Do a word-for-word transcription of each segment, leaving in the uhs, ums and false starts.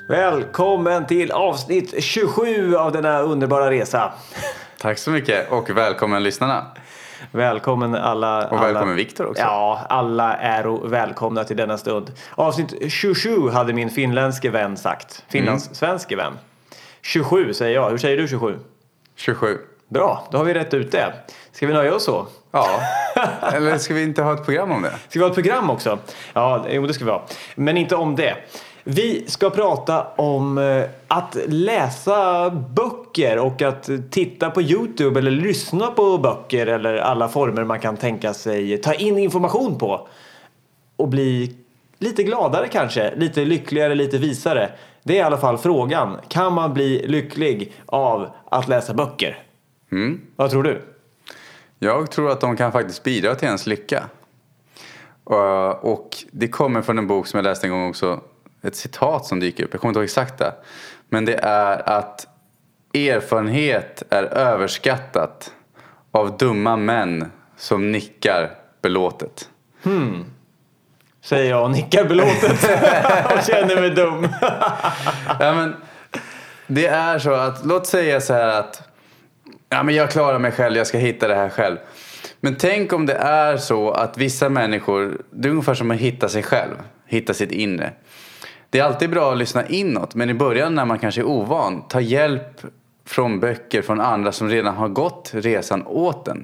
Välkommen till avsnitt tjugosju av denna underbara resa. Tack så mycket och välkommen lyssnarna. Välkommen alla. Och välkommen alla, Viktor också. Ja, alla är och välkomna till denna stund. Avsnitt tjugosju hade min finländske vän sagt. Finlands mm. svenske vän. tjugosju säger jag. Hur säger du tjugosju? tjugosju. Bra, då har vi rätt ut det. Ska vi nöja oss så? Ja, eller ska vi inte ha ett program om det? Ska vi ha ett program också? Ja, jo, det ska vi ha. Men inte om det. Vi ska prata om att läsa böcker och att titta på YouTube eller lyssna på böcker eller alla former man kan tänka sig ta in information på och bli lite gladare kanske, lite lyckligare, lite visare. Det är i alla fall frågan. Kan man bli lycklig av att läsa böcker? Mm. Vad tror du? Jag tror att de kan faktiskt bidra till ens lycka. Och det kommer från en bok som jag läste en gång också. Ett citat som dyker upp. Jag kommer inte ihåg exakt det. Men det är att erfarenhet är överskattat av dumma män som nickar belåtet. Hmm. Säger jag och nickar belåtet. Och känner mig dum. Ja, men det är så att, låt säga så här att ja, men jag klarar mig själv, jag ska hitta det här själv. Men tänk om det är så att vissa människor, det är ungefär som att hitta sig själv. Hitta sitt inre. Det är alltid bra att lyssna inåt, men i början när man kanske är ovan, ta hjälp från böcker från andra som redan har gått resan åt en.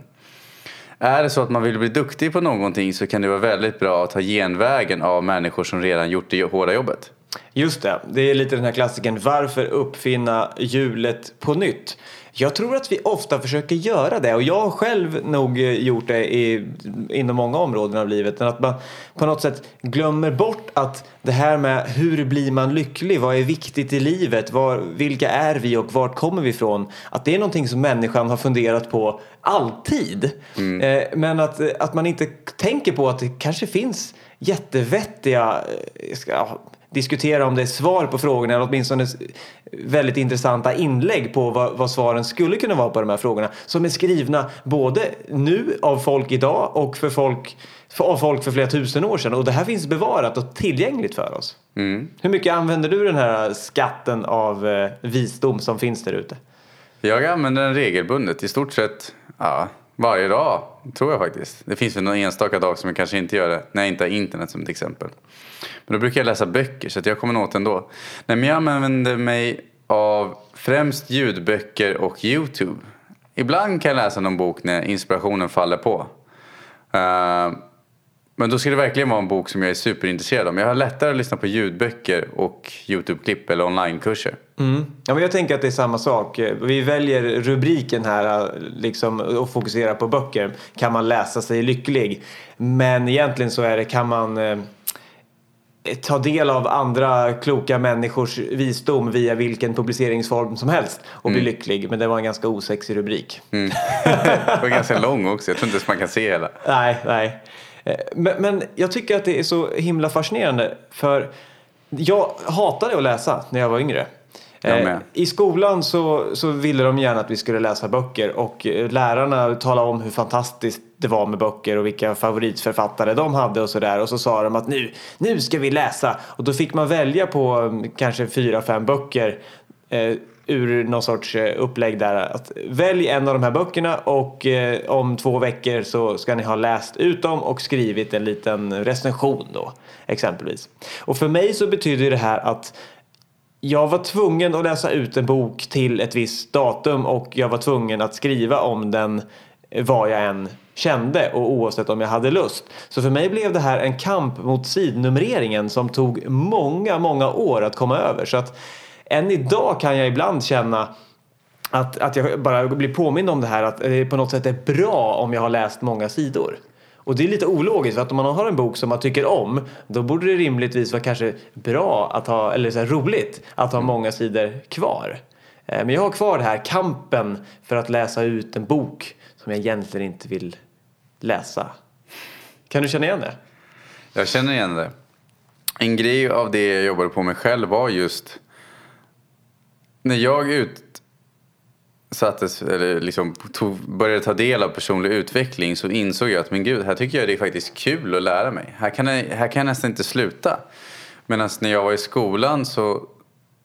Är det så att man vill bli duktig på någonting så kan det vara väldigt bra att ta genvägen av människor som redan gjort det hårda jobbet. Just det, det är lite den här klassiken, varför uppfinna hjulet på nytt? Jag tror att vi ofta försöker göra det och jag har själv nog gjort det i, inom många områden av livet. Att man på något sätt glömmer bort att det här med hur blir man lycklig, vad är viktigt i livet, var, vilka är vi och vart kommer vi ifrån? Att det är någonting som människan har funderat på alltid. Mm. Eh, men att, att man inte tänker på att det kanske finns jättevettiga... Ska, diskutera om det är svar på frågorna eller åtminstone väldigt intressanta inlägg på vad, vad svaren skulle kunna vara på de här frågorna som är skrivna både nu av folk idag och för folk, för, av folk för flera tusen år sedan och det här finns bevarat och tillgängligt för oss. Mm. Hur mycket använder du den här skatten av eh, visdom som finns där ute? Jag använder den regelbundet i stort sett ja, varje dag tror jag faktiskt. Det finns väl någon enstaka dag som jag kanske inte gör det när jag inte har internet som ett exempel. Men då brukar jag läsa böcker så att jag kommer åt ändå. Nej, men jag använder mig av främst ljudböcker och YouTube. Ibland kan jag läsa någon bok när inspirationen faller på. Uh, men då ska det verkligen vara en bok som jag är superintresserad av. Men jag har lättare att lyssna på ljudböcker och YouTube-klipp eller onlinekurser. Mm. Ja, men jag tänker att det är samma sak. Vi väljer rubriken här liksom, och fokuserar på böcker. Kan man läsa sig lycklig? Men egentligen så är det, kan man... Eh, ta del av andra kloka människors visdom via vilken publiceringsform som helst och bli mm. lycklig. Men det var en ganska osexig rubrik. Mm. Det var ganska lång också. Jag tror inte att man kan se hela. Nej, nej. Men, men jag tycker att det är så himla fascinerande. För jag hatade att läsa när jag var yngre. Eh, I skolan så, så ville de gärna att vi skulle läsa böcker och lärarna talade om hur fantastiskt det var med böcker och vilka favoritförfattare de hade och sådär. Och så sa de att nu, nu ska vi läsa. Och då fick man välja på kanske fyra, fem böcker eh, ur någon sorts upplägg där. Att välj en av de här böckerna och eh, om två veckor så ska ni ha läst ut dem och skrivit en liten recension då, exempelvis. Och för mig så betyder det här att jag var tvungen att läsa ut en bok till ett visst datum och jag var tvungen att skriva om den vad jag än kände och oavsett om jag hade lust. Så för mig blev det här en kamp mot sidnumreringen som tog många, många år att komma över. Så att än idag kan jag ibland känna att, att jag bara blir påmind om det här att det på något sätt är bra om jag har läst många sidor. Och det är lite ologiskt för att om man har en bok som man tycker om då borde det rimligtvis vara kanske bra att ha, eller så här roligt att ha många sidor kvar. Men jag har kvar det här kampen för att läsa ut en bok som jag egentligen inte vill läsa. Kan du känna igen det? Jag känner igen det. En grej av det jag jobbade på mig själv var just när jag ut sattes, eller liksom tog, började ta del av personlig utveckling så insåg jag att men gud, här tycker jag det är faktiskt kul att lära mig. Här kan jag, här kan jag nästan inte sluta. Medan när jag var i skolan så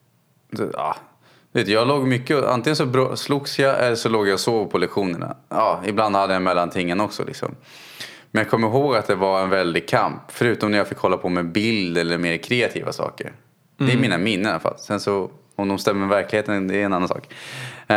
Ja, vet du, jag låg mycket, antingen så bro, slogs jag eller så låg jag och sov på lektionerna. Ja, ibland hade jag mellantingen också liksom. Men jag kommer ihåg att det var en väldig kamp. Förutom när jag fick hålla på med bild eller mer kreativa saker. Mm. Det är mina minnen i alla fall. Sen så, om de stämmer med verkligheten, det är en annan sak. Uh,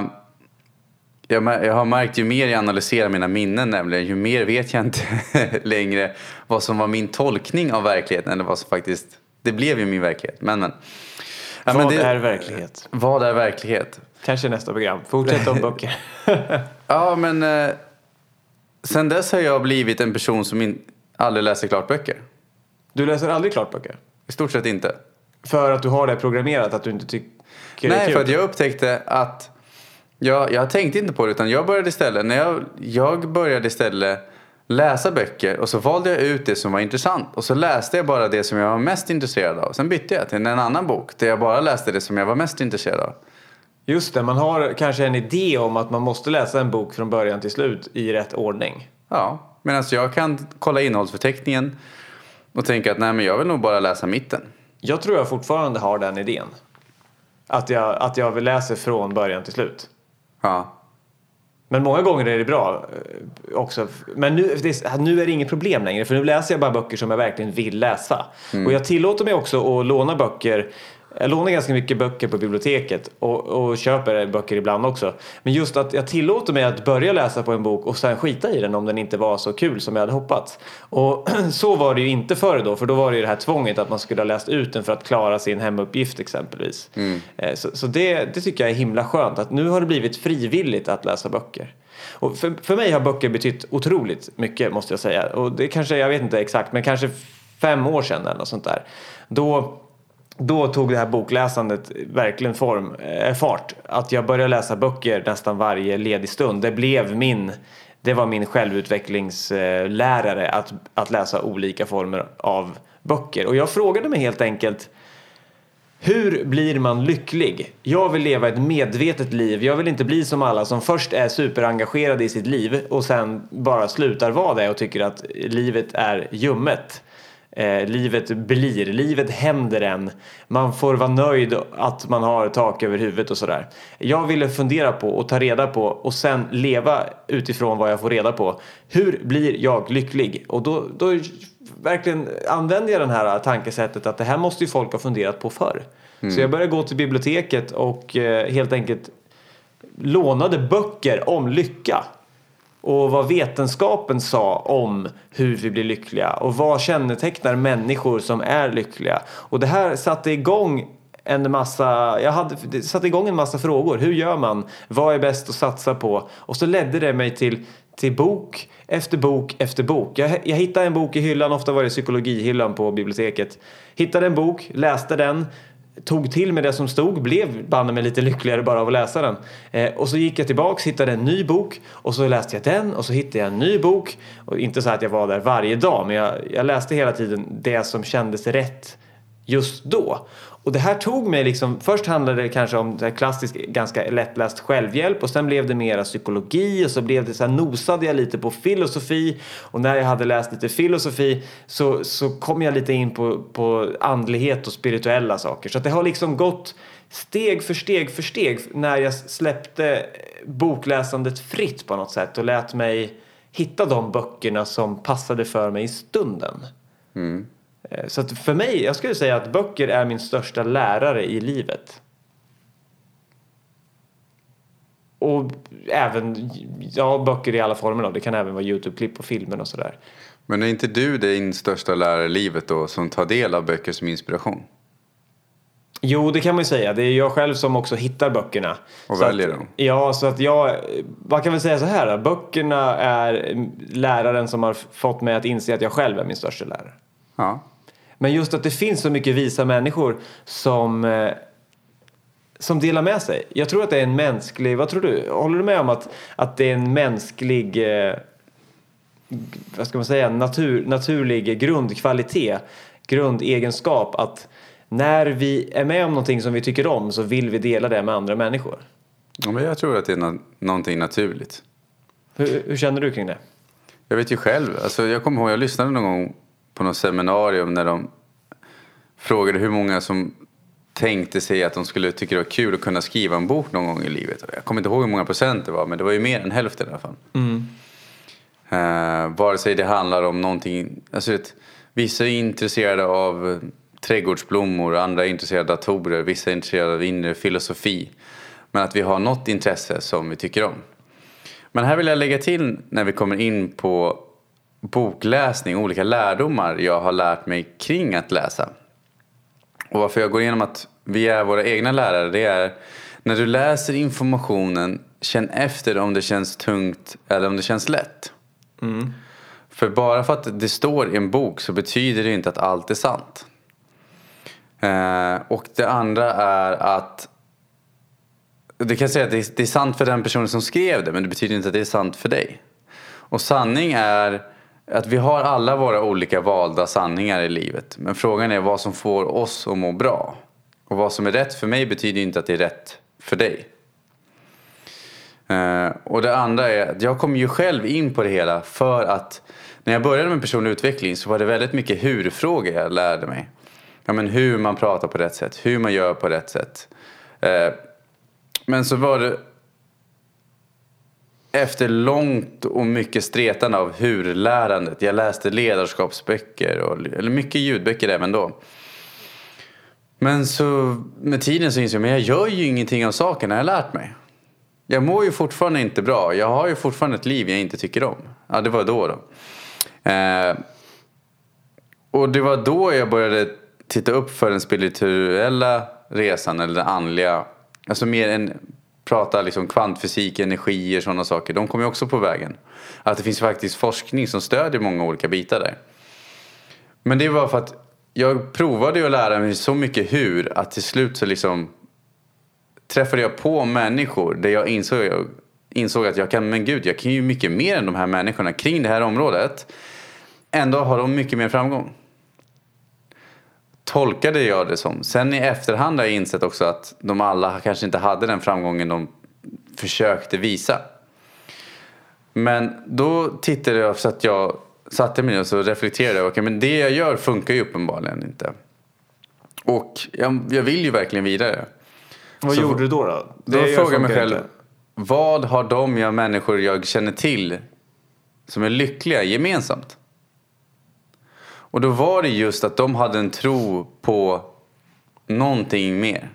jag, jag har märkt ju mer jag analyserar mina minnen nämligen, ju mer vet jag inte längre vad som var min tolkning av verkligheten. Eller vad som faktiskt, det blev ju min verklighet. Men, men. Ja, vad men det, är verklighet? Vad är verklighet? Kanske nästa program. Fortsätt om böcker. Ja, men... Uh, sen dess har jag blivit en person som in, aldrig läser klart böcker. Du läser aldrig klart böcker? I stort sett inte. För att du har det programmerat att du inte tycker det är kul? Nej, för att jag upptäckte att jag, jag tänkte inte på det, utan jag började istället när jag, jag började istället läsa böcker och så valde jag ut det som var intressant och så läste jag bara det som jag var mest intresserad av. Sen bytte jag till en annan bok där jag bara läste det som jag var mest intresserad av. Just det, man har kanske en idé om att man måste läsa en bok från början till slut i rätt ordning. Ja, medan jag kan kolla innehållsförteckningen och tänka att nej, men jag vill nog bara läsa mitten. Jag tror jag fortfarande har den idén. Att jag, att jag vill läsa från början till slut. Ja. Men många gånger är det bra också. Men nu, det, nu är det inget problem längre. För nu läser jag bara böcker som jag verkligen vill läsa. Mm. Och jag tillåter mig också att låna böcker. Jag lånar ganska mycket böcker på biblioteket och, och köper böcker ibland också. Men just att jag tillåter mig att börja läsa på en bok och sen skita i den om den inte var så kul som jag hade hoppats. Och så var det ju inte förr då, för då var det ju det här tvånget att man skulle ha läst ut den för att klara sin hemuppgift exempelvis. Mm. Så, så det, det tycker jag är himla skönt, att nu har det blivit frivilligt att läsa böcker. Och för, för mig har böcker betytt otroligt mycket, måste jag säga. Och det kanske, jag vet inte exakt, men kanske fem år sedan eller något sånt där. Då... Då tog det här bokläsandet verkligen form, äh, fart. Att jag började läsa böcker nästan varje ledig stund. Det blev min, det var min självutvecklingslärare att, att läsa olika former av böcker. Och jag frågade mig helt enkelt, hur blir man lycklig? Jag vill leva ett medvetet liv. Jag vill inte bli som alla som först är superengagerade i sitt liv och sen bara slutar vara det och tycker att livet är ljummet. Eh, livet blir, livet händer en. Man får vara nöjd att man har tak över huvudet och sådär. Jag ville fundera på och ta reda på och sen leva utifrån vad jag får reda på. Hur blir jag lycklig? Och då, då verkligen använder jag det här tankesättet att det här måste ju folk ha funderat på förr. Mm. Så jag började gå till biblioteket och eh, helt enkelt lånade böcker om lycka. Och vad vetenskapen sa om hur vi blir lyckliga. Och vad kännetecknar människor som är lyckliga. Och det här satte igång en massa... Jag hade det satte igång en massa frågor. Hur gör man? Vad är bäst att satsa på? Och så ledde det mig till, till bok efter bok efter bok. Jag, jag hittade en bok i hyllan. Ofta var det psykologihyllan på biblioteket. Hittade en bok, läste den. Tog till med det som stod, blev banne mig lite lyckligare bara av att läsa den. Eh, och så gick jag tillbaks, hittade en ny bok och så läste jag den och så hittade jag en ny bok. Och inte så att jag var där varje dag, men jag, jag läste hela tiden det som kändes rätt just då. Och det här tog mig liksom, först handlade det kanske om det klassiskt ganska lättläst självhjälp och sen blev det mera psykologi och så blev det så här, nosade jag lite på filosofi och när jag hade läst lite filosofi så, så kom jag lite in på, på andlighet och spirituella saker. Så att det har liksom gått steg för steg för steg när jag släppte bokläsandet fritt på något sätt och lät mig hitta de böckerna som passade för mig i stunden. Mm. Så att för mig, jag skulle säga att böcker är min största lärare i livet. Och även, ja, böcker i alla former då. Det kan även vara YouTube-klipp och filmer och sådär. Men är inte du din största lärare i livet då som tar del av böcker som inspiration? Jo, det kan man ju säga. Det är jag själv som också hittar böckerna. Och så väljer att, dem. Ja, så att jag... Man kan väl säga så här. Böckerna är läraren som har fått mig att inse att jag själv är min största lärare. Ja. Men just att det finns så mycket visa människor som, som delar med sig. Jag tror att det är en mänsklig... Vad tror du? Håller du med om att, att det är en mänsklig... Vad ska man säga? Natur, naturlig grundkvalitet. Grundegenskap att... När vi är med om någonting som vi tycker om så vill vi dela det med andra människor. Ja, men jag tror att det är no- någonting naturligt. Hur, hur känner du kring det? Jag vet ju själv. Alltså, jag kommer ihåg, jag lyssnade någon gång på något seminarium när de frågade hur många som tänkte sig att de skulle tycka det var kul att kunna skriva en bok någon gång i livet. Jag kommer inte ihåg hur många procent det var, men det var ju mer än hälften i alla fall. Mm. Uh, vare sig det handlar om någonting, alltså vet, vissa är intresserade av trädgårdsblommor, andra är intresserade av datorer, vissa är intresserade av inre filosofi. Men att vi har något intresse som vi tycker om. Men här vill jag lägga till när vi kommer in på bokläsning, olika lärdomar jag har lärt mig kring att läsa. Och varför jag går igenom att vi är våra egna lärare, det är när du läser informationen, känn efter om det känns tungt eller om det känns lätt. Mm. För bara för att det står i en bok så betyder det inte att allt är sant. Eh, och det andra är att du kan säga att det är, det är sant för den personen som skrev det, men det betyder inte att det är sant för dig. Och sanning är att vi har alla våra olika valda sanningar i livet. Men frågan är vad som får oss att må bra. Och vad som är rätt för mig betyder inte att det är rätt för dig. Uh, och det andra är att jag kom ju själv in på det hela för att när jag började med personlig utveckling så var det väldigt mycket hur-frågor jag lärde mig. Ja, men hur man pratar på rätt sätt, hur man gör på rätt sätt. Uh, men så var det efter långt och mycket stretande av hur-lärandet. Jag läste ledarskapsböcker och, eller mycket ljudböcker även då. Men så med tiden så insåg jag, men jag gör ju ingenting av sakerna jag har lärt mig. Jag mår ju fortfarande inte bra. Jag har ju fortfarande ett liv jag inte tycker om. Ja, det var då då. Eh, och det var då jag började titta upp för den spirituella resan eller den andliga. Alltså mer än prata liksom kvantfysik, energier, sådana saker. De kommer ju också på vägen. Att det finns faktiskt forskning som stödjer många olika bitar där. Men det var för att jag provade ju att lära mig så mycket hur att till slut så liksom träffade jag på människor där jag insåg, jag insåg att jag kan, men gud, jag kan ju mycket mer än de här människorna kring det här området. Ändå har de mycket mer framgång. Tolkade jag det som. Sen i efterhand har jag insett också att de alla kanske inte hade den framgången de försökte visa. Men då tittade jag så att jag satte mig och så reflekterade. Okej, men det jag gör funkar ju uppenbarligen inte. Och jag, jag vill ju verkligen vidare. Vad så, gjorde du då? då? Då frågar jag mig själv. Inte. Vad har de jag människor jag känner till som är lyckliga gemensamt? Och då var det just att de hade en tro på någonting mer.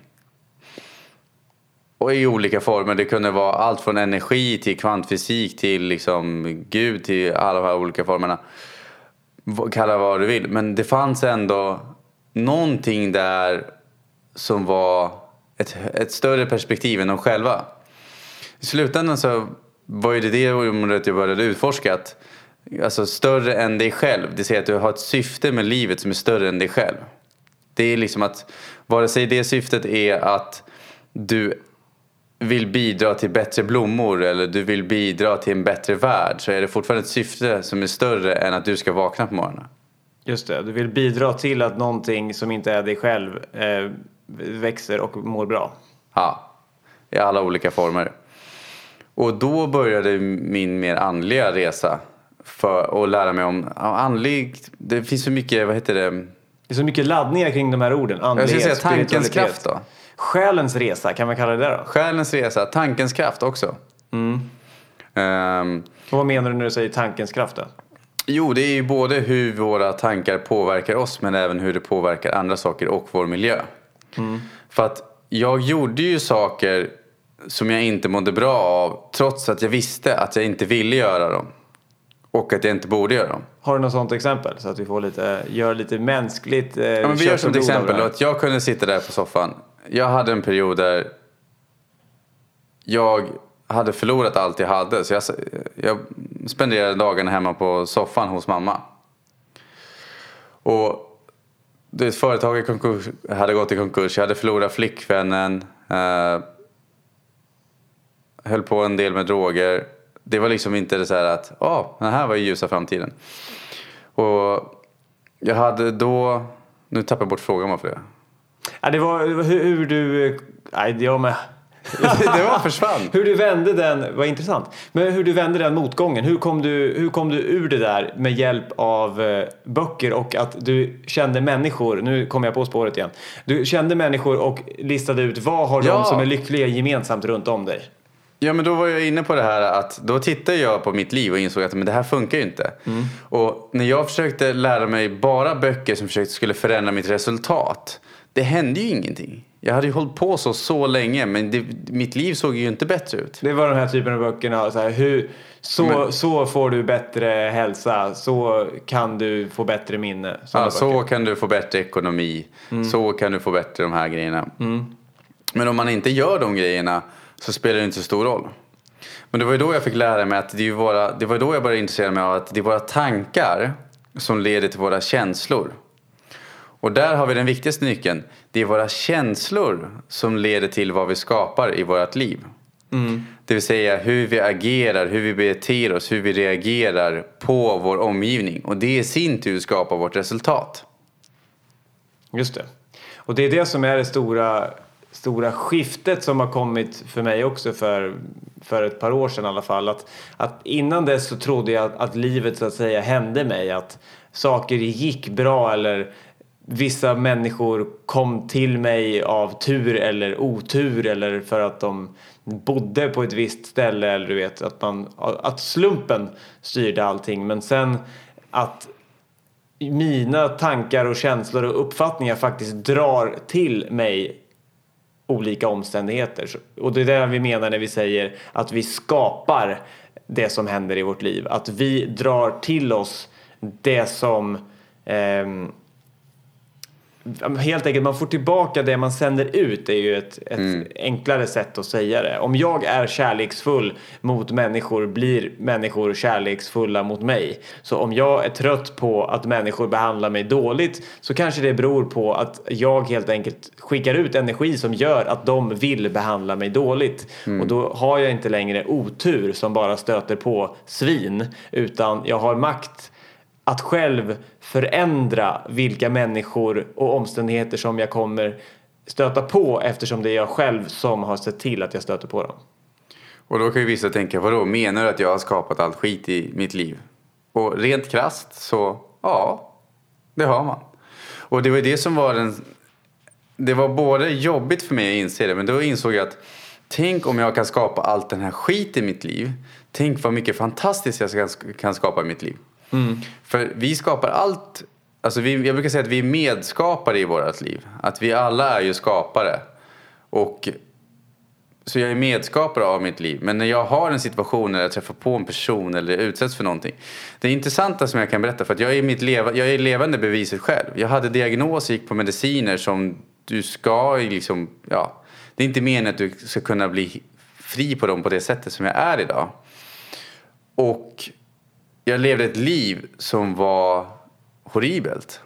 Och i olika former. Det kunde vara allt från energi till kvantfysik till liksom Gud, till alla de här olika formerna. Kalla vad du vill. Men det fanns ändå någonting där som var ett, ett större perspektiv än de själva. I slutändan så var ju det det området jag började utforska. Att, alltså större än dig själv. Det säger att du har ett syfte med livet som är större än dig själv. Det är liksom att vare sig det syftet är att du vill bidra till bättre blommor eller du vill bidra till en bättre värld, så är det fortfarande ett syfte som är större än att du ska vakna på morgonen. Just det, du vill bidra till att någonting som inte är dig själv eh, växer och mår bra. Ja, i alla olika former. Och då började min mer andliga resa för att lära mig om andlig. Det finns så mycket, vad heter det? Det är så mycket laddningar kring de här orden. Andlighet, jag ska säga tankens kraft då. Själens resa, kan man kalla det där då? Själens resa, tankens kraft också. Mm. Um, och vad menar du när du säger tankens kraft då? Jo, det är ju både hur våra tankar påverkar oss, men även hur det påverkar andra saker och vår miljö. Mm. För att jag gjorde ju saker som jag inte mådde bra av, trots att jag visste att jag inte ville göra dem. Och att jag inte borde göra dem. Har du något sånt exempel? Så att vi får lite, gör lite mänskligt. Eh, ja, men vi gör som ett exempel. Att jag kunde sitta där på soffan. Jag hade en period där jag hade förlorat allt jag hade. Så jag, jag spenderade dagarna hemma på soffan hos mamma. Och det företag i konkurs, hade gått i konkurs. Jag hade förlorat flickvännen. Eh, höll på en del med droger. Det var liksom inte det så här att ja, oh, den här var ju ljusa framtiden. Och jag hade då, nu tappar jag bort frågan varför det. Ja, det var hur, hur du, nej, jag med. Det var försvann. Hur du vände den var intressant. Men hur du vände den motgången. Hur kom du, hur kom du ur det där med hjälp av eh, böcker och att du kände människor. Nu kommer jag på spåret igen. Du kände människor och listade ut vad har Ja. de som är lyckliga gemensamt runt om dig. Ja, men då var jag inne på det här att då tittade jag på mitt liv och insåg att men det här funkar ju inte. Mm. Och när jag försökte lära mig bara böcker som försökte skulle förändra mitt resultat, det hände ju ingenting. Jag hade ju hållit på så så länge, men det, mitt liv såg ju inte bättre ut. Det var de här typen av böckerna, så här, hur, så, men, så får du bättre hälsa, så kan du få bättre minne. Ja, så kan du få bättre ekonomi, mm. så kan du få bättre de här grejerna. Mm. Men om man inte gör de grejerna så spelar det inte så stor roll. Men det var ju då jag fick lära mig att det, är våra, det var då jag började intressera mig av att det är våra tankar som leder till våra känslor. Och där har vi den viktigaste nyckeln. Det är våra känslor som leder till vad vi skapar i vårt liv. Mm. Det vill säga hur vi agerar, hur vi beter oss, hur vi reagerar på vår omgivning. Och det i sin tur skapar vårt resultat. Just det. Och det är det som är det stora, stora skiftet som har kommit för mig också för, för ett par år sedan i alla fall. Att, att innan dess så trodde jag att, att livet så att säga hände mig. Att saker gick bra eller vissa människor kom till mig av tur eller otur eller för att de bodde på ett visst ställe eller du vet att, man, att slumpen styrde allting. Men sen att mina tankar och känslor och uppfattningar faktiskt drar till mig olika omständigheter. Och det är det vi menar när vi säger att vi skapar det som händer i vårt liv. Att vi drar till oss det som eh, helt enkelt man får tillbaka det man sänder ut. Det är ju ett, ett mm. enklare sätt att säga det. Om jag är kärleksfull mot människor blir människor kärleksfulla mot mig. Så om jag är trött på att människor behandlar mig dåligt så kanske det beror på att jag helt enkelt skickar ut energi som gör att de vill behandla mig dåligt. Mm. Och då har jag inte längre otur som bara stöter på svin, utan jag har makt att själv förändra vilka människor och omständigheter som jag kommer stöta på eftersom det är jag själv som har sett till att jag stöter på dem. Och då kan ju vissa tänka, vadå, menar du att jag har skapat allt skit i mitt liv? Och rent krasst så, ja, det har man. Och det var det som var den, det var både jobbigt för mig att inse det, men då insåg jag att tänk om jag kan skapa allt den här skit i mitt liv. Tänk vad mycket fantastiskt jag kan skapa i mitt liv. Mm. För vi skapar allt, alltså vi, jag brukar säga att vi är medskapare i vårt liv. Att vi alla är ju skapare. Och så jag är medskapare av mitt liv. Men när jag har en situation där jag träffar på en person eller utsätts för någonting. Det intressanta som jag kan berätta, för att jag är, mitt leva, jag är levande beviset själv. Jag hade diagnos, gick på mediciner som du ska liksom, ja, det är inte meningen att du ska kunna bli fri på dem på det sättet som jag är idag. Och jag levde ett liv som var horribelt.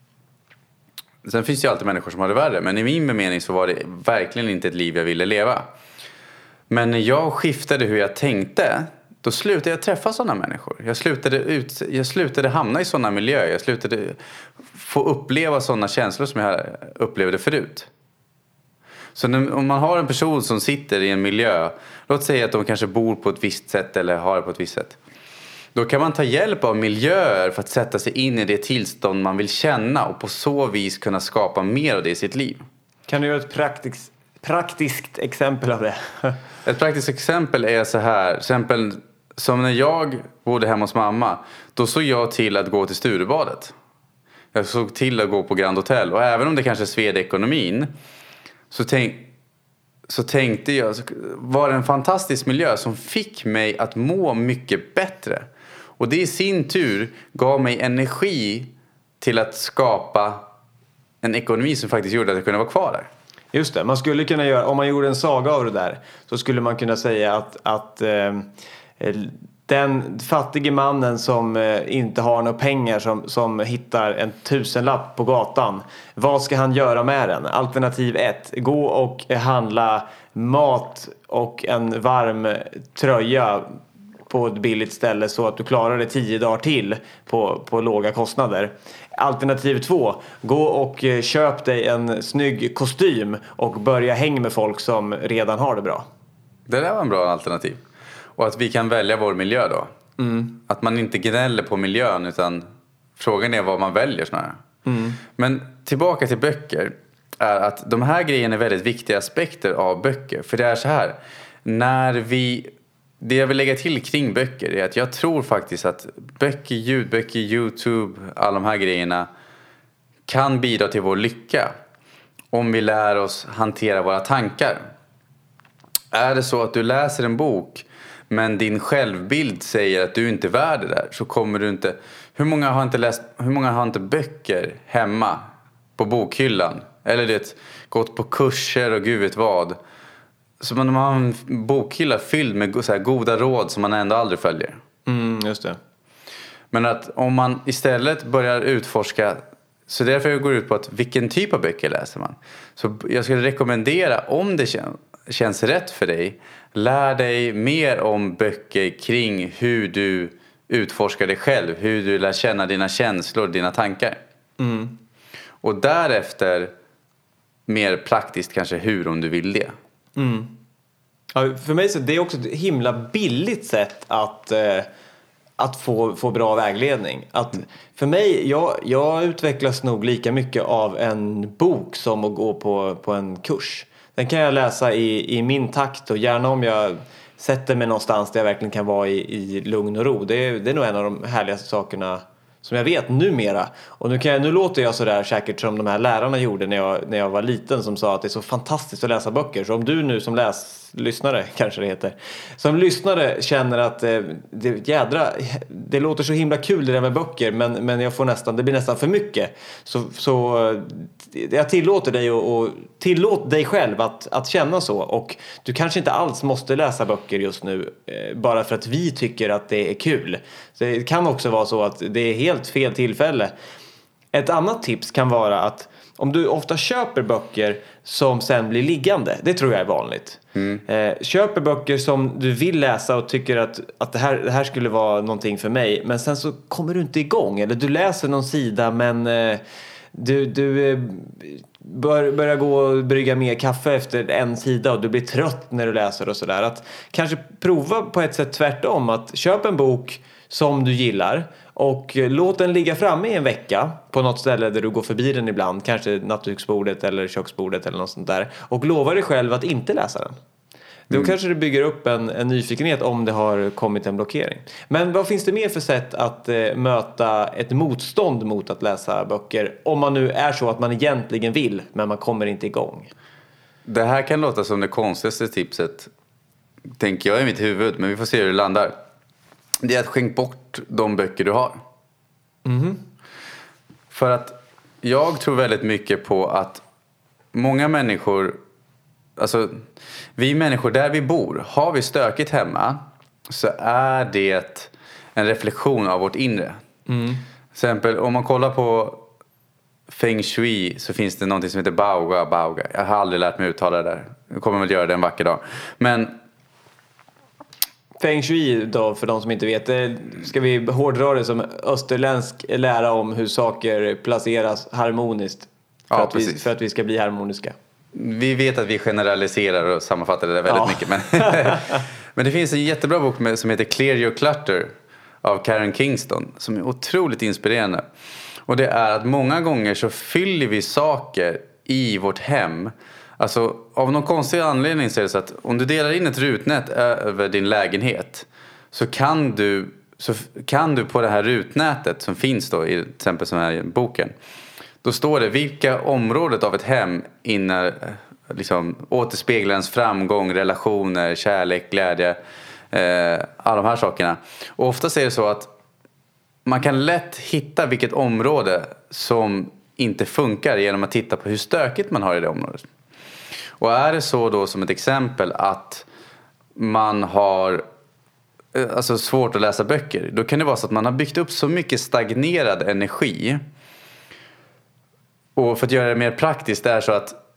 Sen finns det ju alltid människor som har det värre. Men i min mening så var det verkligen inte ett liv jag ville leva. Men när jag skiftade hur jag tänkte, då slutade jag träffa sådana människor. Jag slutade, ut, jag slutade hamna i sådana miljöer. Jag slutade få uppleva sådana känslor som jag upplevde förut. Så när, om man har en person som sitter i en miljö, låt säga att de kanske bor på ett visst sätt eller har det på ett visst sätt. Då kan man ta hjälp av miljöer för att sätta sig in i det tillstånd man vill känna och på så vis kunna skapa mer av det i sitt liv. Kan du göra ett praktiskt, praktiskt exempel av det? Ett praktiskt exempel är så här, till exempel som när jag bodde hemma hos mamma, då såg jag till att gå till Sturebadet. Jag såg till att gå på Grand Hotel, och även om det kanske sved ekonomin så, tänk, så tänkte jag, var det en fantastisk miljö som fick mig att må mycket bättre. Och det i sin tur gav mig energi till att skapa en ekonomi som faktiskt gjorde att jag kunde vara kvar där. Just det, man skulle kunna göra, om man gjorde en saga av det där, så skulle man kunna säga att, att eh, den fattige mannen som eh, inte har några pengar som, som hittar en tusenlapp på gatan, vad ska han göra med den? Alternativ ett, gå och handla mat och en varm tröja på ett billigt ställe så att du klarar det tio dagar till på, på låga kostnader. Alternativ två, gå och köp dig en snygg kostym och börja häng med folk som redan har det bra. Det där var en bra alternativ. Och att vi kan välja vår miljö då. Mm. Att man inte gnäller på miljön utan frågan är vad man väljer snarare. Mm. Men tillbaka till böcker är att de här grejerna är väldigt viktiga aspekter av böcker. För det är så här, när vi, det jag vill lägga till kring böcker är att jag tror faktiskt att böcker, ljudböcker, YouTube, alla de här grejerna kan bidra till vår lycka om vi lär oss hantera våra tankar. Är det så att du läser en bok men din självbild säger att du inte är värd det där, så kommer du inte... Hur många har inte läst, hur många har inte böcker hemma på bokhyllan? Eller det, gått på kurser och gud vet vad. Så man har en bokhylla fylld med så här goda råd som man ändå aldrig följer. Mm, just det. Men att om man istället börjar utforska... Så därför jag går ut på att vilken typ av böcker läser man. Så jag skulle rekommendera, om det känns, känns rätt för dig, lär dig mer om böcker kring hur du utforskar dig själv. Hur du lär känna dina känslor, dina tankar. Mm. Och därefter mer praktiskt kanske hur, om du vill det. Mm. Ja, för mig så det är också ett himla billigt sätt att... Eh... Att få, få bra vägledning. Att för mig, jag, jag utvecklas nog lika mycket av en bok som att gå på, på en kurs. Den kan jag läsa i, i min takt och gärna om jag sätter mig någonstans där jag verkligen kan vara i, i lugn och ro. Det är, det är nog en av de härligaste sakerna som jag vet numera. Och nu, kan jag, nu låter jag så där säkert som de här lärarna gjorde när jag, när jag var liten, som sa att det är så fantastiskt att läsa böcker. Så om du nu som läs, lyssnare, kanske det heter, som lyssnare känner att eh, det, jädra, det låter så himla kul det där med böcker, men, men jag får nästan, det blir nästan för mycket. Så, så jag tillåter dig och, och tillåt dig själv att, att känna så. Och du kanske inte alls måste läsa böcker just nu eh, bara för att vi tycker att det är kul. Så det kan också vara så att det är helt fel tillfälle. Ett annat tips kan vara att om du ofta köper böcker som sen blir liggande, det tror jag är vanligt. Mm. Eh, köper böcker som du vill läsa och tycker att, att det, här, det här skulle vara någonting för mig, men sen så kommer du inte igång. Eller du läser någon sida men eh, du, du eh, bör, börjar gå och brygga mer kaffe efter en sida och du blir trött när du läser och sådär. Att kanske prova på ett sätt tvärtom, att köpa en bok som du gillar och låt den ligga framme i en vecka på något ställe där du går förbi den ibland, kanske nattduksbordet eller köksbordet eller något sånt där, och lova dig själv att inte läsa den. Då mm. kanske du bygger upp en, en nyfikenhet om det har kommit en blockering. Men vad finns det mer för sätt att eh, möta ett motstånd mot att läsa böcker, om man nu är så att man egentligen vill men man kommer inte igång? Det här kan låta som det konstigaste tipset, tänker jag i mitt huvud, men vi får se hur det landar. Det är att skänk bort de böcker du har. Mm. För att jag tror väldigt mycket på att många människor, alltså vi människor där vi bor, har vi stökigt hemma så är det en reflektion av vårt inre. Mm. Till exempel om man kollar på Feng Shui så finns det något som heter Baoga, Baoga. Jag har aldrig lärt mig uttala det där. Jag kommer väl göra det en vacker dag. Men Feng Shui då, för de som inte vet det, ska vi hårdra det som österländsk lära om hur saker placeras harmoniskt för, ja, att, vi, för att vi ska bli harmoniska. Vi vet att vi generaliserar och sammanfattar det väldigt ja. mycket. Men, men det finns en jättebra bok med, som heter Clear Your Clutter av Karen Kingston, som är otroligt inspirerande. Och det är att många gånger så fyller vi saker i vårt hem. Alltså av någon konstig anledning så är det så att om du delar in ett rutnät över din lägenhet så kan du, så kan du på det här rutnätet som finns då i till exempel som här i boken, då står det vilka området av ett hem innar, liksom, återspeglar ens framgång, relationer, kärlek, glädje, eh, alla de här sakerna. Och oftast är det så att man kan lätt hitta vilket område som inte funkar genom att titta på hur stökigt man har i det området. Och är det så då som ett exempel att man har alltså svårt att läsa böcker, då kan det vara så att man har byggt upp så mycket stagnerad energi. Och för att göra det mer praktiskt är så att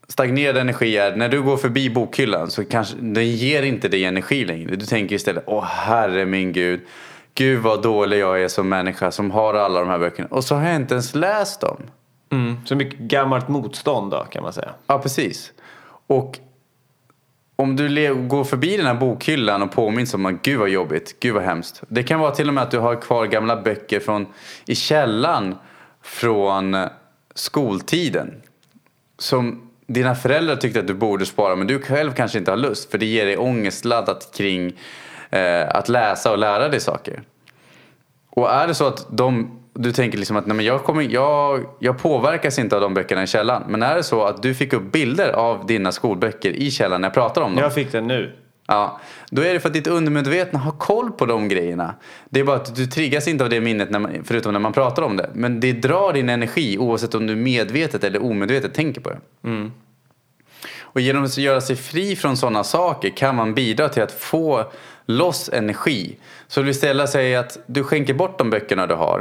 stagnerad energi är när du går förbi bokhyllan så kanske den ger inte dig energi längre. Du tänker istället, åh herre min gud, gud vad dålig jag är som människa som har alla de här böckerna. Och så har jag inte ens läst dem. Mm, så mycket gammalt motstånd då kan man säga. Ja, precis. Och om du le- går förbi den här bokhyllan och påminns om att gud vad jobbigt, gud vad hemskt. Det kan vara till och med att du har kvar gamla böcker från, i källan från skoltiden. Som dina föräldrar tyckte att du borde spara men du själv kanske inte har lust. För det ger dig ångestladdat kring eh, att läsa och lära dig saker. Och är det så att de... Du tänker liksom att nej, men jag, kommer, jag, jag påverkas inte av de böckerna i källan. Men är det så att du fick upp bilder av dina skolböcker i källan när jag pratar om dem? Jag fick den nu. Ja, då är det för att ditt undermedvetna har koll på de grejerna. Det är bara att du triggas inte av det minnet när man, förutom när man pratar om det. Men det drar din energi oavsett om du medvetet eller omedvetet tänker på det. Mm. Och genom att göra sig fri från sådana saker kan man bidra till att få loss energi. Så du istället säger att du skänker bort de böckerna du har.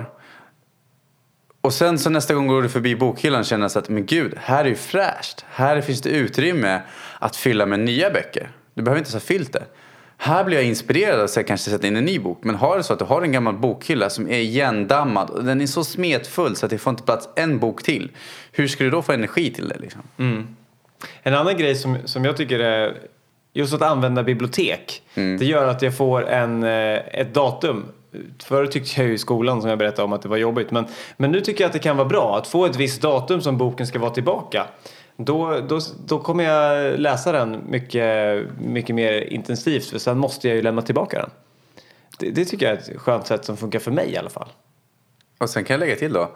Och sen så nästa gång går du förbi bokhyllan och känner att men gud, här är ju fräscht. Här finns det utrymme att fylla med nya böcker. Du behöver inte så filter. Här blir jag inspirerad att kanske sätta in en ny bok. Men har det så att du har en gammal bokhylla som är igendammad och den är så smetfull så att det får inte plats en bok till. Hur ska du då få energi till det liksom? Mm. En annan grej som, som jag tycker är just att använda bibliotek. Mm. Det gör att jag får en, ett datum. Förut tyckte jag ju i skolan som jag berättade om att det var jobbigt. Men, men nu tycker jag att det kan vara bra att få ett visst datum som boken ska vara tillbaka. Då, då, då kommer jag läsa den mycket, mycket mer intensivt. För sen måste jag ju lämna tillbaka den. Det, det tycker jag är ett skönt sätt som funkar för mig i alla fall. Och sen kan jag lägga till då.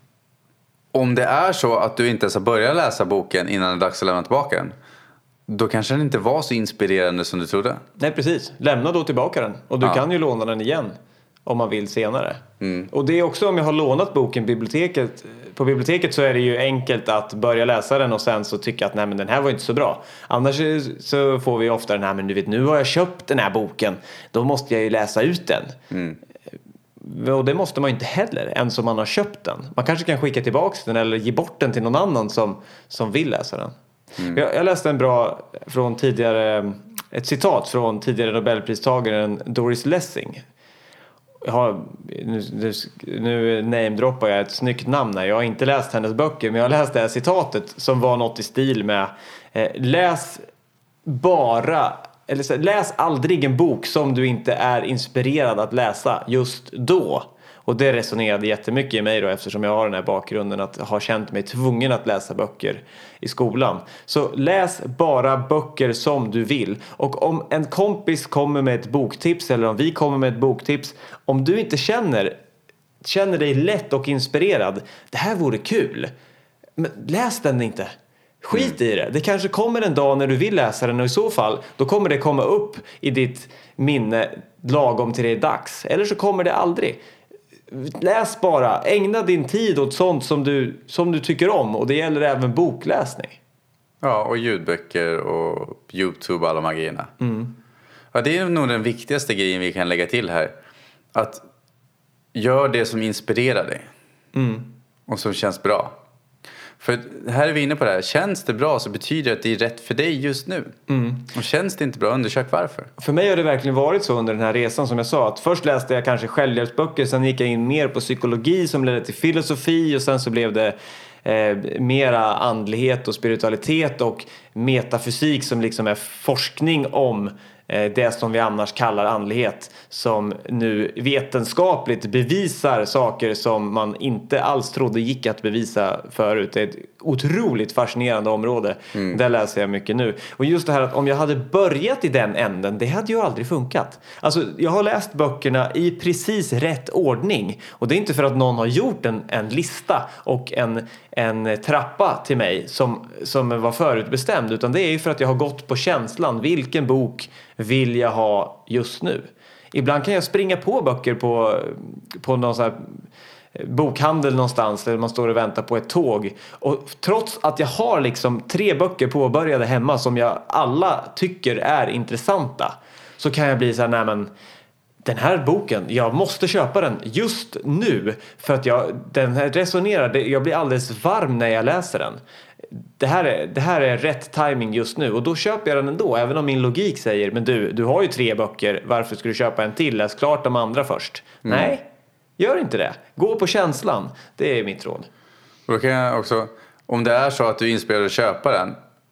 Om det är så att du inte ens har börjat läsa boken innan det är dags att lämna tillbaka den. Då kanske den inte var så inspirerande som du trodde. Nej, precis. Lämna då tillbaka den. Och du ja. kan ju låna den igen om man vill senare. Mm. Och det är också om jag har lånat boken biblioteket, på biblioteket så är det ju enkelt att börja läsa den och sen så tycka att nej men den här var inte så bra. Annars så får vi ofta den här, men du vet nu har jag köpt den här boken. Då måste jag ju läsa ut den. Mm. Och det måste man ju inte heller, än som man har köpt den. Man kanske kan skicka tillbaka den eller ge bort den till någon annan som, som vill läsa den. Mm. Jag, jag läste en bra från tidigare, ett citat från tidigare Nobelpristagaren Doris Lessing. Jag har, nu, nu, nu namedroppar jag ett snyggt namn här. Jag har inte läst hennes böcker, men jag har läst det här citatet som var något i stil med eh, läs bara eller så, läs aldrig en bok som du inte är inspirerad att läsa just då. Och det resonerade jättemycket i mig då, eftersom jag har den här bakgrunden att ha känt mig tvungen att läsa böcker i skolan. Så läs bara böcker som du vill. Och om en kompis kommer med ett boktips eller om vi kommer med ett boktips, om du inte känner, känner dig lätt och inspirerad, det här vore kul. Men läs den inte. Skit i det. Det kanske kommer en dag när du vill läsa den och i så fall då kommer det komma upp i ditt minne lagom till det är dags. Eller så kommer det aldrig. Läs bara. Ägna din tid åt sånt som du, som du tycker om. Och det gäller även bokläsning. Ja, och ljudböcker och YouTube och alla de här grejerna. Mm. Ja, det är nog den viktigaste grejen vi kan lägga till här. Att gör det som inspirerar dig. Mm. Och som känns bra. För här är vi inne på det här. Känns det bra så betyder det att det är rätt för dig just nu. Mm. Och känns det inte bra, undersök varför. För mig har det verkligen varit så under den här resan som jag sa. Att först läste jag kanske självhjälpsböcker. Sen gick jag in mer på psykologi som ledde till filosofi. Och sen så blev det eh, mera andlighet och spiritualitet och metafysik som liksom är forskning om det som vi annars kallar andlighet, som nu vetenskapligt bevisar saker som man inte alls trodde gick att bevisa förut. Det är ett otroligt fascinerande område. Mm. Där läser jag mycket nu. Och just det här att om jag hade börjat i den änden, det hade ju aldrig funkat. Alltså, jag har läst böckerna i precis rätt ordning. Och det är inte för att någon har gjort en, en lista och en, en trappa till mig som, som var förutbestämd, utan det är ju för att jag har gått på känslan. Vilken bok vill jag ha just nu? Ibland kan jag springa på böcker på, på någon sån här bokhandel någonstans där man står och väntar på ett tåg. Och trots att jag har liksom tre böcker påbörjade hemma som jag alla tycker är intressanta, så kan jag bli så här, nej men den här boken, jag måste köpa den just nu för att jag, den här resonerar, jag blir alldeles varm när jag läser den. det här, är, det här är rätt timing just nu. Och då köper jag den ändå. Även om min logik säger, men du, du har ju tre böcker. Varför ska du köpa en till? Läs klart de andra först. Mm. Nej, gör inte det. Gå på känslan. Det är mitt råd. Och då kan jag också, om det är så att du är inspirerad att köpa den,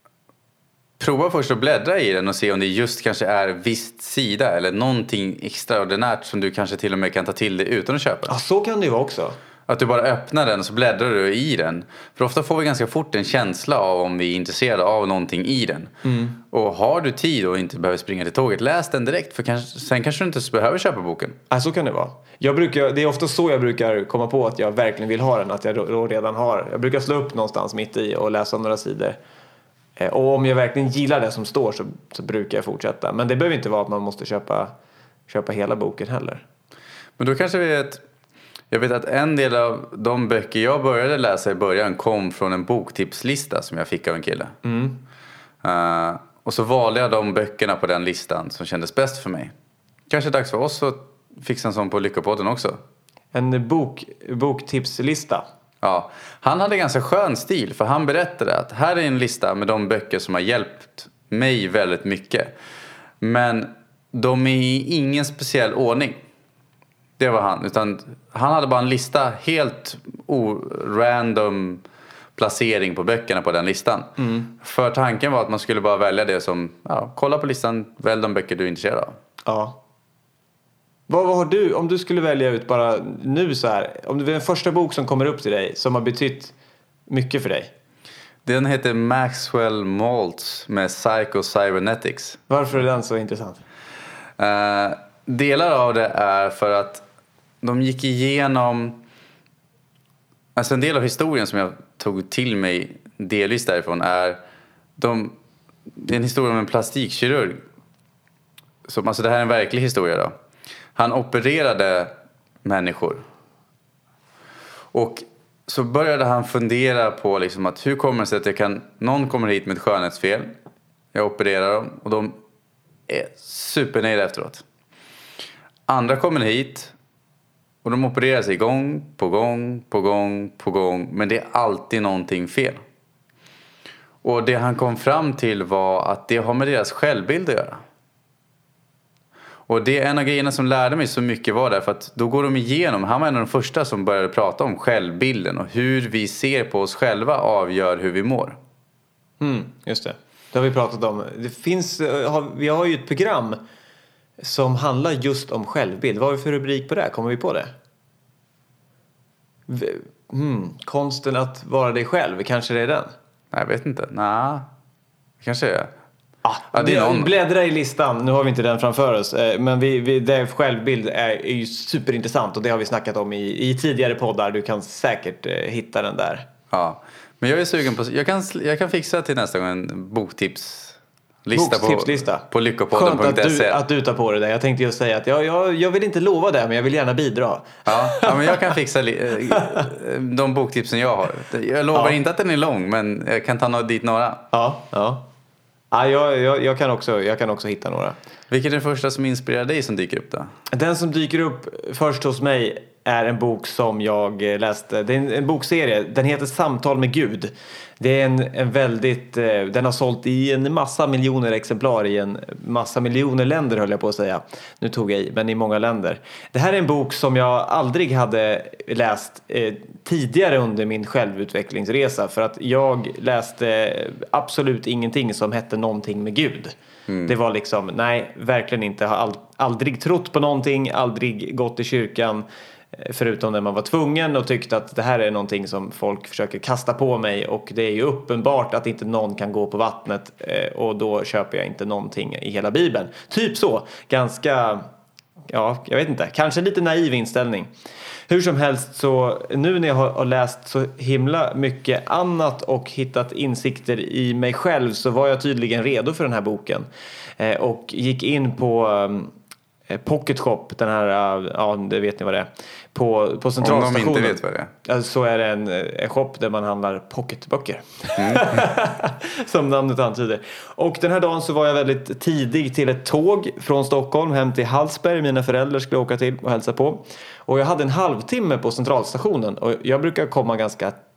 prova först att bläddra i den och se om det just kanske är visst sida eller någonting extraordinärt som du kanske till och med kan ta till dig utan att köpa den. Ja, så kan det ju vara också. Att du bara öppnar den och så bläddrar du i den. För ofta får vi ganska fort en känsla av om vi är intresserade av någonting i den. Mm. Och har du tid och inte behöver springa till tåget, läs den direkt. För kanske, sen kanske du inte behöver köpa boken. Ja, så kan det vara. Jag brukar, det är ofta så jag brukar komma på att jag verkligen vill ha den. Att jag då redan har. Jag brukar slå upp någonstans mitt i och läsa några sidor. Och om jag verkligen gillar det som står så, så brukar jag fortsätta. Men det behöver inte vara att man måste köpa, köpa hela boken heller. Men då kanske vi vet... Jag vet att en del av de böcker jag började läsa i början kom från en boktipslista som jag fick av en kille. Mm. Uh, och så valde jag de böckerna på den listan som kändes bäst för mig. Kanske dags för oss att fixa en sån på Lyckopodden också. En bok, boktipslista? Ja, han hade ganska skön stil för han berättade att här är en lista med de böcker som har hjälpt mig väldigt mycket. Men de är i ingen speciell ordning. Det var han. Utan han hade bara en lista, helt random placering på böckerna på den listan. Mm. För tanken var att man skulle bara välja det som, ja, kolla på listan, välj de böcker du är intresserad av. Ja. Vad, vad har du, om du skulle välja ut bara nu så här, om det är en första bok som kommer upp till dig som har betytt mycket för dig? Den heter Maxwell Maltz med Psycho-Cybernetics. Varför är den så intressant? Uh, delar av det är för att de gick igenom, alltså en del av historien som jag tog till mig delvis därifrån är de, det är en historia om en plastikkirurg som, alltså det här är en verklig historia då. Han opererade människor och så började han fundera på liksom att hur kommer det sig att jag kan, någon kommer hit med ett skönhetsfel, jag opererar dem och de är supernöjda efteråt. Andra kommer hit och de opererar sig gång på gång på gång på gång. Men det är alltid någonting fel. Och det han kom fram till var att det har med deras självbild att göra. Och det är en av grejerna som lärde mig så mycket var därför att då går de igenom. Han var en av de första som började prata om självbilden. Och hur vi ser på oss själva avgör hur vi mår. Mm, just det. Det har vi pratat om. Det finns, vi har ju ett program som handlar just om självbild. Vad har vi för rubrik på det? Kommer vi på det? Mm, konsten att vara dig själv. Kanske det är den? Nej, jag vet inte. Nej, kanske är ah, ja, det. Är någon... Bläddra i listan. Nu har vi inte den framför oss. Men vi, vi, det självbild är, är ju superintressant. Och det har vi snackat om i, i tidigare poddar. Du kan säkert eh, hitta den där. Ja, men jag är sugen på... Jag kan, jag kan fixa till nästa gång en boktips... Lista Boktipslista. På, på lyckopodden punkt se. Skönt att du, att du tar på det där. Jag tänkte just säga att jag, jag, jag vill inte lova det, men jag vill gärna bidra. Ja, ja men jag kan fixa li, de boktipsen jag har. Jag lovar ja. inte att den är lång, men jag kan ta dit några. Ja, ja. ja jag, jag, jag, kan också, jag kan också hitta några. Vilken är den första som inspirerar dig som dyker upp då? Den som dyker upp först hos mig är en bok som jag läste. Det är en, en bokserie. Den heter Samtal med Gud. Det är en, en väldigt... Den har sålt i en massa miljoner exemplar i en massa miljoner länder, höll jag på att säga. Nu tog jag i, men i många länder. Det här är en bok som jag aldrig hade läst eh, tidigare under min självutvecklingsresa. För att jag läste absolut ingenting som hette någonting med Gud. Mm. Det var liksom, nej, verkligen inte. Har ald- aldrig trott på någonting, aldrig gått i kyrkan. Förutom när man var tvungen och tyckte att det här är någonting som folk försöker kasta på mig. Och det är ju uppenbart att inte någon kan gå på vattnet. Och då köper jag inte någonting i hela Bibeln. Typ så. Ganska, ja, jag vet inte. Kanske lite naiv inställning. Hur som helst så nu när jag har läst så himla mycket annat och hittat insikter i mig själv så var jag tydligen redo för den här boken. Och gick in på... Pocket Shop, den här, ja det vet ni vad det är, på, på centralstationen. Om de inte vet vad det är. Så är det en, en shop där man handlar pocketböcker. Mm. Som namnet antyder. Och den här dagen så var jag väldigt tidig till ett tåg från Stockholm hem till Hallsberg. Mina föräldrar skulle åka till och hälsa på. Och jag hade en halvtimme på centralstationen. Och jag brukar komma ganska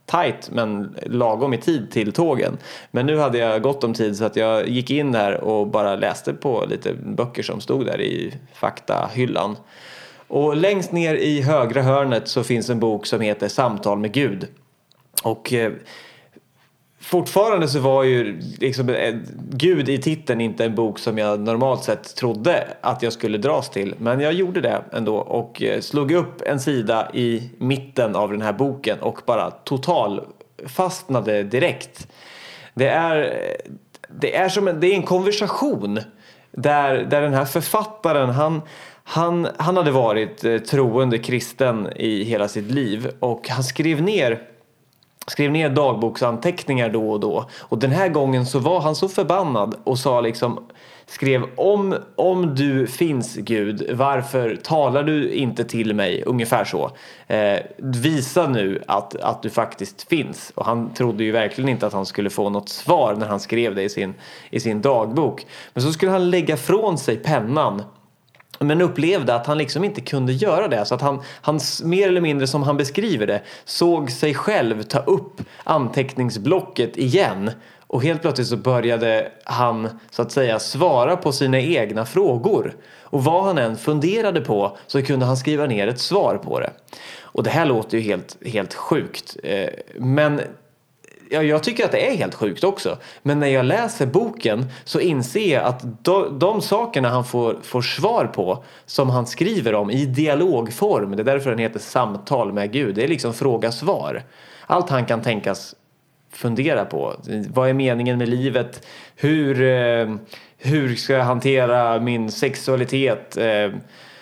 tajt men lagom i tid till tågen. Men nu hade jag gott om tid så att jag gick in där och bara läste på lite böcker som stod där i faktahyllan. Och längst ner i högra hörnet så finns en bok som heter Samtal med Gud. Och eh, fortfarande så var ju liksom, eh, Gud i titeln inte en bok som jag normalt sett trodde att jag skulle dras till. Men jag gjorde det ändå och eh, slog upp en sida i mitten av den här boken och bara total fastnade direkt. Det är, det är som en, det är en konversation där, där den här författaren han Han, han hade varit eh, troende kristen i hela sitt liv och han skrev ner, skrev ner dagboksanteckningar då och då. Och den här gången så var han så förbannad och sa liksom, skrev om, om du finns Gud, varför talar du inte till mig? Ungefär så. Eh, visa nu att, att du faktiskt finns. Och han trodde ju verkligen inte att han skulle få något svar när han skrev det i sin, i sin dagbok. Men så skulle han lägga från sig pennan. Men upplevde att han liksom inte kunde göra det. Så att han, han mer eller mindre som han beskriver det såg sig själv ta upp anteckningsblocket igen. Och helt plötsligt så började han så att säga svara på sina egna frågor. Och vad han än funderade på så kunde han skriva ner ett svar på det. Och det här låter ju helt, helt sjukt. Men ja, jag tycker att det är helt sjukt också. Men när jag läser boken så inser jag att de, de sakerna han får, får svar på som han skriver om i dialogform, det är därför den heter Samtal med Gud, det är liksom fråga-svar. Allt han kan tänkas fundera på. Vad är meningen med livet? Hur, eh, hur ska jag hantera min sexualitet? Eh,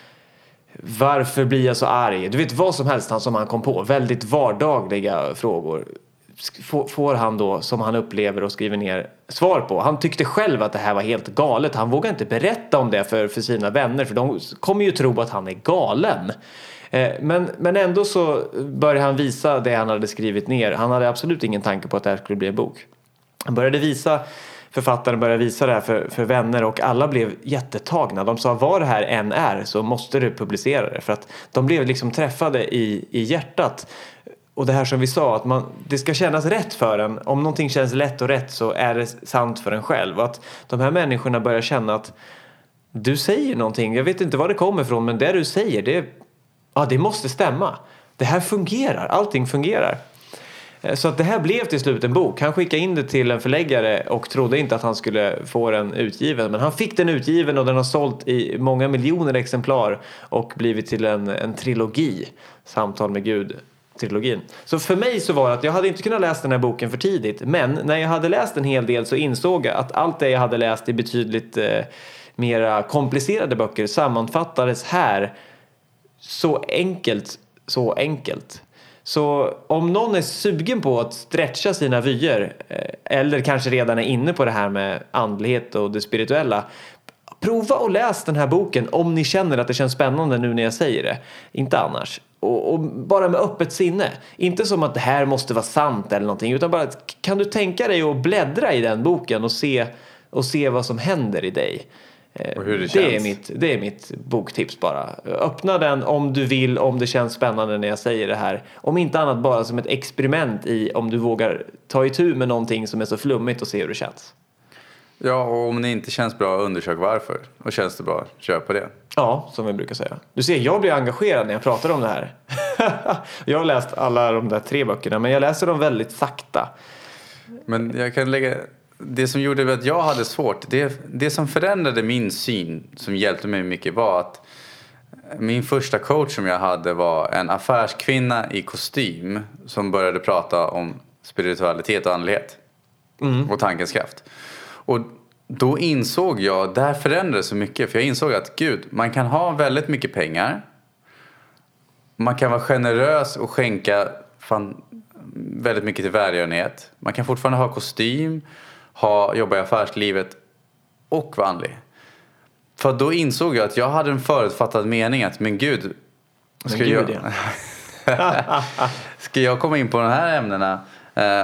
varför blir jag så arg? Du vet, vad som helst han som han kom på. Väldigt vardagliga frågor får han då, som han upplever och skriver ner svar på. Han tyckte själv att det här var helt galet. Han vågar inte berätta om det för, för sina vänner, för de kommer ju tro att han är galen. Eh, men, men ändå så började han visa det han hade skrivit ner. Han hade absolut ingen tanke på att det här skulle bli en bok. Han började visa, författaren började visa det här för, för vänner och alla blev jättetagna. De sa, vad det här än är så måste du publicera det. För att de blev liksom träffade i, i hjärtat. Och det här som vi sa, att man, det ska kännas rätt för en. Om någonting känns lätt och rätt så är det sant för en själv. Att de här människorna börjar känna att du säger någonting. Jag vet inte var det kommer ifrån, men det du säger, det, ja, det måste stämma. Det här fungerar, allting fungerar. Så att det här blev till slut en bok. Han skickade in det till en förläggare och trodde inte att han skulle få den utgiven. Men han fick den utgiven och den har sålt i många miljoner exemplar och blivit till en, en trilogi. Samtal med Gud. Trilogin. Så för mig så var det att jag hade inte kunnat läsa den här boken för tidigt. Men när jag hade läst en hel del så insåg jag att allt det jag hade läst i betydligt eh, mera komplicerade böcker sammanfattades här så enkelt, så enkelt. Så om någon är sugen på att stretcha sina vyer eh, eller kanske redan är inne på det här med andlighet och det spirituella, prova och läs den här boken om ni känner att det känns spännande nu när jag säger det. Inte annars. Och, och bara med öppet sinne. Inte som att det här måste vara sant eller någonting. Utan bara, kan du tänka dig att bläddra i den boken och se, och se vad som händer i dig. Och hur det, det, känns. är mitt, det är mitt boktips bara. Öppna den om du vill, om det känns spännande när jag säger det här. Om inte annat bara som ett experiment i om du vågar ta itu med någonting som är så flummigt och se hur det känns. Ja, och om det inte känns bra, undersök varför. Och känns det bra, kör på det. Ja, som vi brukar säga. Du ser, jag blir engagerad när jag pratar om det här. Jag har läst alla de där tre böckerna, men jag läser dem väldigt sakta. Men jag kan lägga... Det som gjorde att jag hade svårt, det, det som förändrade min syn, som hjälpte mig mycket, var att min första coach som jag hade var en affärskvinna i kostym som började prata om spiritualitet och andlighet. Mm. Och tankens kraft. Och då insåg jag, där förändrades så mycket. För jag insåg att gud, man kan ha väldigt mycket pengar. Man kan vara generös och skänka fan, väldigt mycket till välgörenhet. Man kan fortfarande ha kostym, ha, jobba i affärslivet och vara andlig. För då insåg jag att jag hade en förutfattad mening att, men gud, ska, men gud, jag, ska jag komma in på de här ämnena? Eh,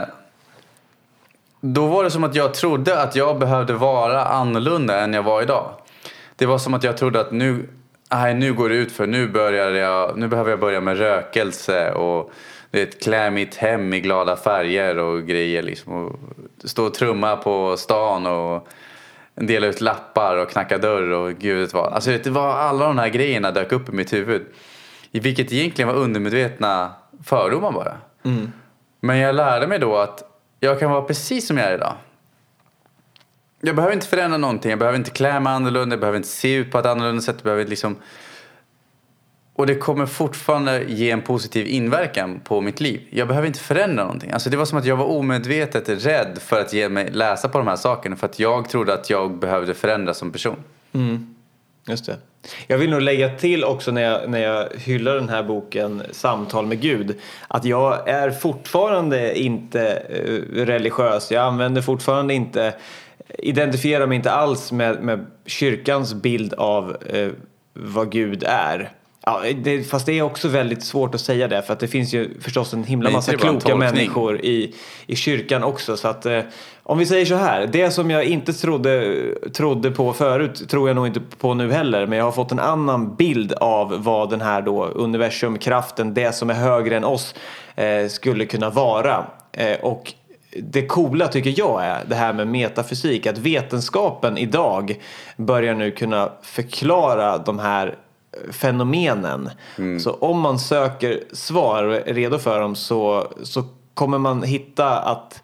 Då var det som att jag trodde att jag behövde vara annorlunda än jag var idag. Det var som att jag trodde att nu, nej, nu går det ut för nu börjar jag, nu behöver jag börja med rökelse och det är ett klä mitt hem i glada färger och grejer liksom. Och stå och trumma på stan och dela ut lappar och knacka dörr och gud vet vad. Alltså det var alla de här grejerna dök upp i mitt huvud. I vilket egentligen var undermedvetna fördomar bara. Mm. Men jag lärde mig då att jag kan vara precis som jag är idag. Jag behöver inte förändra någonting. Jag behöver inte klä mig annorlunda. Jag behöver inte se ut på ett annorlunda sätt. Jag behöver liksom... Och det kommer fortfarande ge en positiv inverkan på mitt liv. Jag behöver inte förändra någonting. Alltså det var som att jag var omedvetet rädd för att ge mig läsa på de här sakerna. För att jag trodde att jag behövde förändras som person. Mm. Just det. Jag vill nog lägga till också när jag, när jag hyllar den här boken Samtal med Gud, att jag är fortfarande inte uh, religiös. Jag använder fortfarande inte, identifierar mig inte alls med, med kyrkans bild av uh, vad Gud är. Ja, det, fast det är också väldigt svårt att säga det, för att det finns ju förstås en himla massa kloka människor i, i kyrkan också. Så att eh, om vi säger så här, det som jag inte trodde, trodde på förut tror jag nog inte på nu heller, men jag har fått en annan bild av vad den här då universum, kraften, det som är högre än oss eh, skulle kunna vara. Eh, och det coola tycker jag är det här med metafysik, att vetenskapen idag börjar nu kunna förklara de här fenomenen. Mm. Så om man söker svar och är redo för dem så, så kommer man hitta att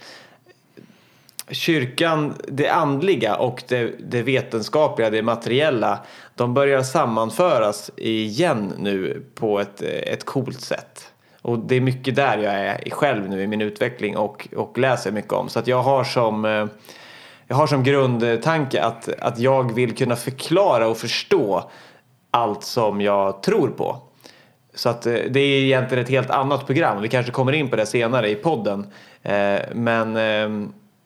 kyrkan, det andliga och det, det vetenskapliga, det materiella, de börjar sammanföras igen nu på ett, ett coolt sätt. Och det är mycket där jag är själv nu i min utveckling och, och läser mycket om. Så att jag har som jag har som grundtanke att, att jag vill kunna förklara och förstå allt som jag tror på. Så att det är egentligen ett helt annat program. Vi kanske kommer in på det senare i podden. Eh, men... Eh,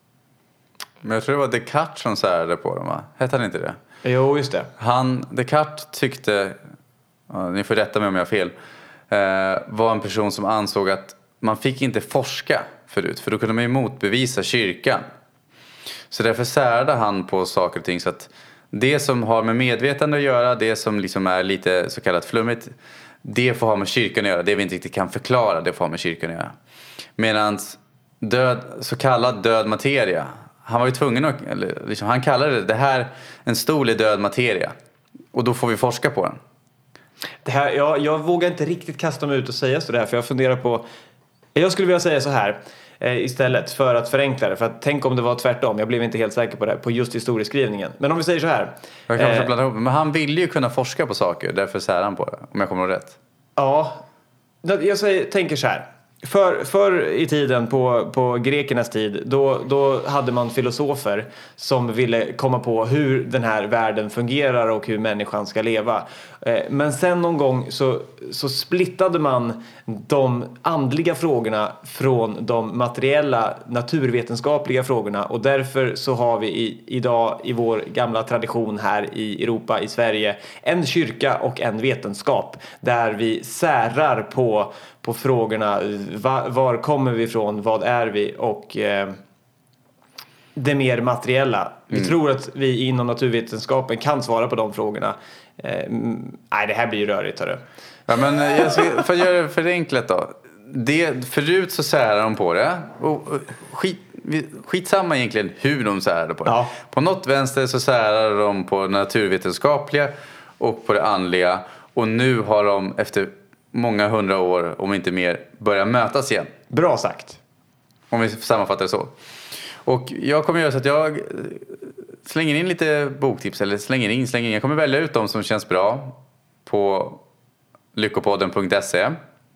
men jag tror det var Descartes som särade på dem, va? Hette han inte det? Jo, just det. Han, Descartes tyckte, ja, ni får rätta mig om jag har fel, eh, var en person som ansåg att man fick inte forska förut. För då kunde man ju motbevisa kyrkan. Så därför särade han på saker och ting så att det som har med medvetande att göra, det som liksom är lite så kallat flummigt, det får ha med kyrkan att göra. Det vi inte riktigt kan förklara, det får ha med kyrkan att göra. Medan död, så kallad död materia, han var ju tvungen att, eller liksom, han kallade det, det här en stol är död materia. Och då får vi forska på den. Det här, jag, jag vågar inte riktigt kasta mig ut och säga så där, för jag funderar på, jag skulle vilja säga så här istället för att förenkla det, för att tänk om det var tvärtom. Jag blev inte helt säker på det på just historieskrivningen. Men om vi säger så här, jag kan eh, blanda ihop, men han ville ju kunna forska på saker, därför sär han på det, om jag kommer ihåg rätt. Ja, jag säger, tänker så här. För, för i tiden, på, på grekernas tid, då, då hade man filosofer som ville komma på hur den här världen fungerar och hur människan ska leva. Men sen någon gång så, så splittade man de andliga frågorna från de materiella, naturvetenskapliga frågorna. Och därför så har vi i, idag i vår gamla tradition här i Europa, i Sverige, en kyrka och en vetenskap där vi särar på på frågorna, var, var kommer vi ifrån, vad är vi, och eh, det mer materiella. Vi mm. tror att vi inom naturvetenskapen kan svara på de frågorna. Eh, nej, det här blir ju rörigt, hörru. Ja, men jag ska, för att göra det förenklat då. Det, förut så särar de på det. Och, och skit, skitsamma egentligen hur de särade på det. Ja. På något vänster så särar de på det naturvetenskapliga och på det andliga. Och nu har de efter många hundra år, om inte mer, börjar mötas igen. Bra sagt. Om vi sammanfattar det så. Och jag kommer göra så att jag slänger in lite boktips. Eller slänger in, slänger in. Jag kommer välja ut dem som känns bra på lyckopodden punkt se.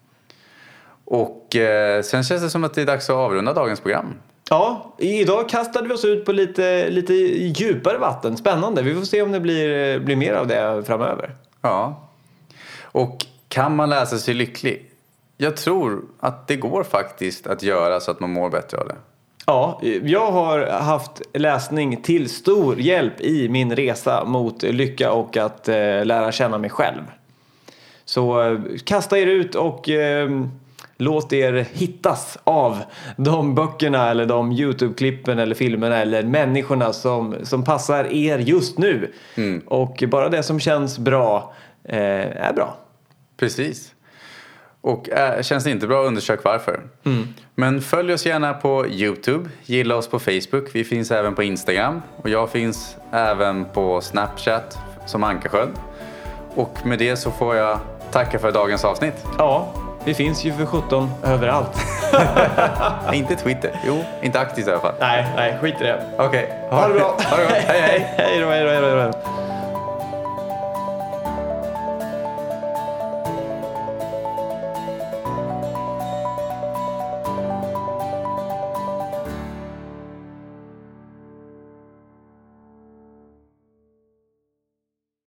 Och eh, sen känns det som att det är dags att avrunda dagens program. Ja, idag kastade vi oss ut på lite, lite djupare vatten. Spännande. Vi får se om det blir, blir mer av det framöver. Ja. Och kan man läsa sig lycklig? Jag tror att det går faktiskt att göra så att man mår bättre av det. Ja, jag har haft läsning till stor hjälp i min resa mot lycka och att eh, lära känna mig själv. Så eh, kasta er ut och eh, låt er hittas av de böckerna eller de YouTube-klippen eller filmerna eller människorna som, som passar er just nu. Mm. Och bara det som känns bra eh, är bra. Precis. Och äh, känns det inte bra, undersök varför. Mm. Men följ oss gärna på YouTube. Gilla oss på Facebook. Vi finns även på Instagram. Och jag finns även på Snapchat som Ankarsköld. Och med det så får jag tacka för dagens avsnitt. Ja, vi finns ju för sjutton överallt. Inte Twitter. Jo, inte aktivt i alla fall. Nej, nej, skit i det. Okej. Ha det bra. Ha det bra. Hej, hej. Hej då, hej då, hej då.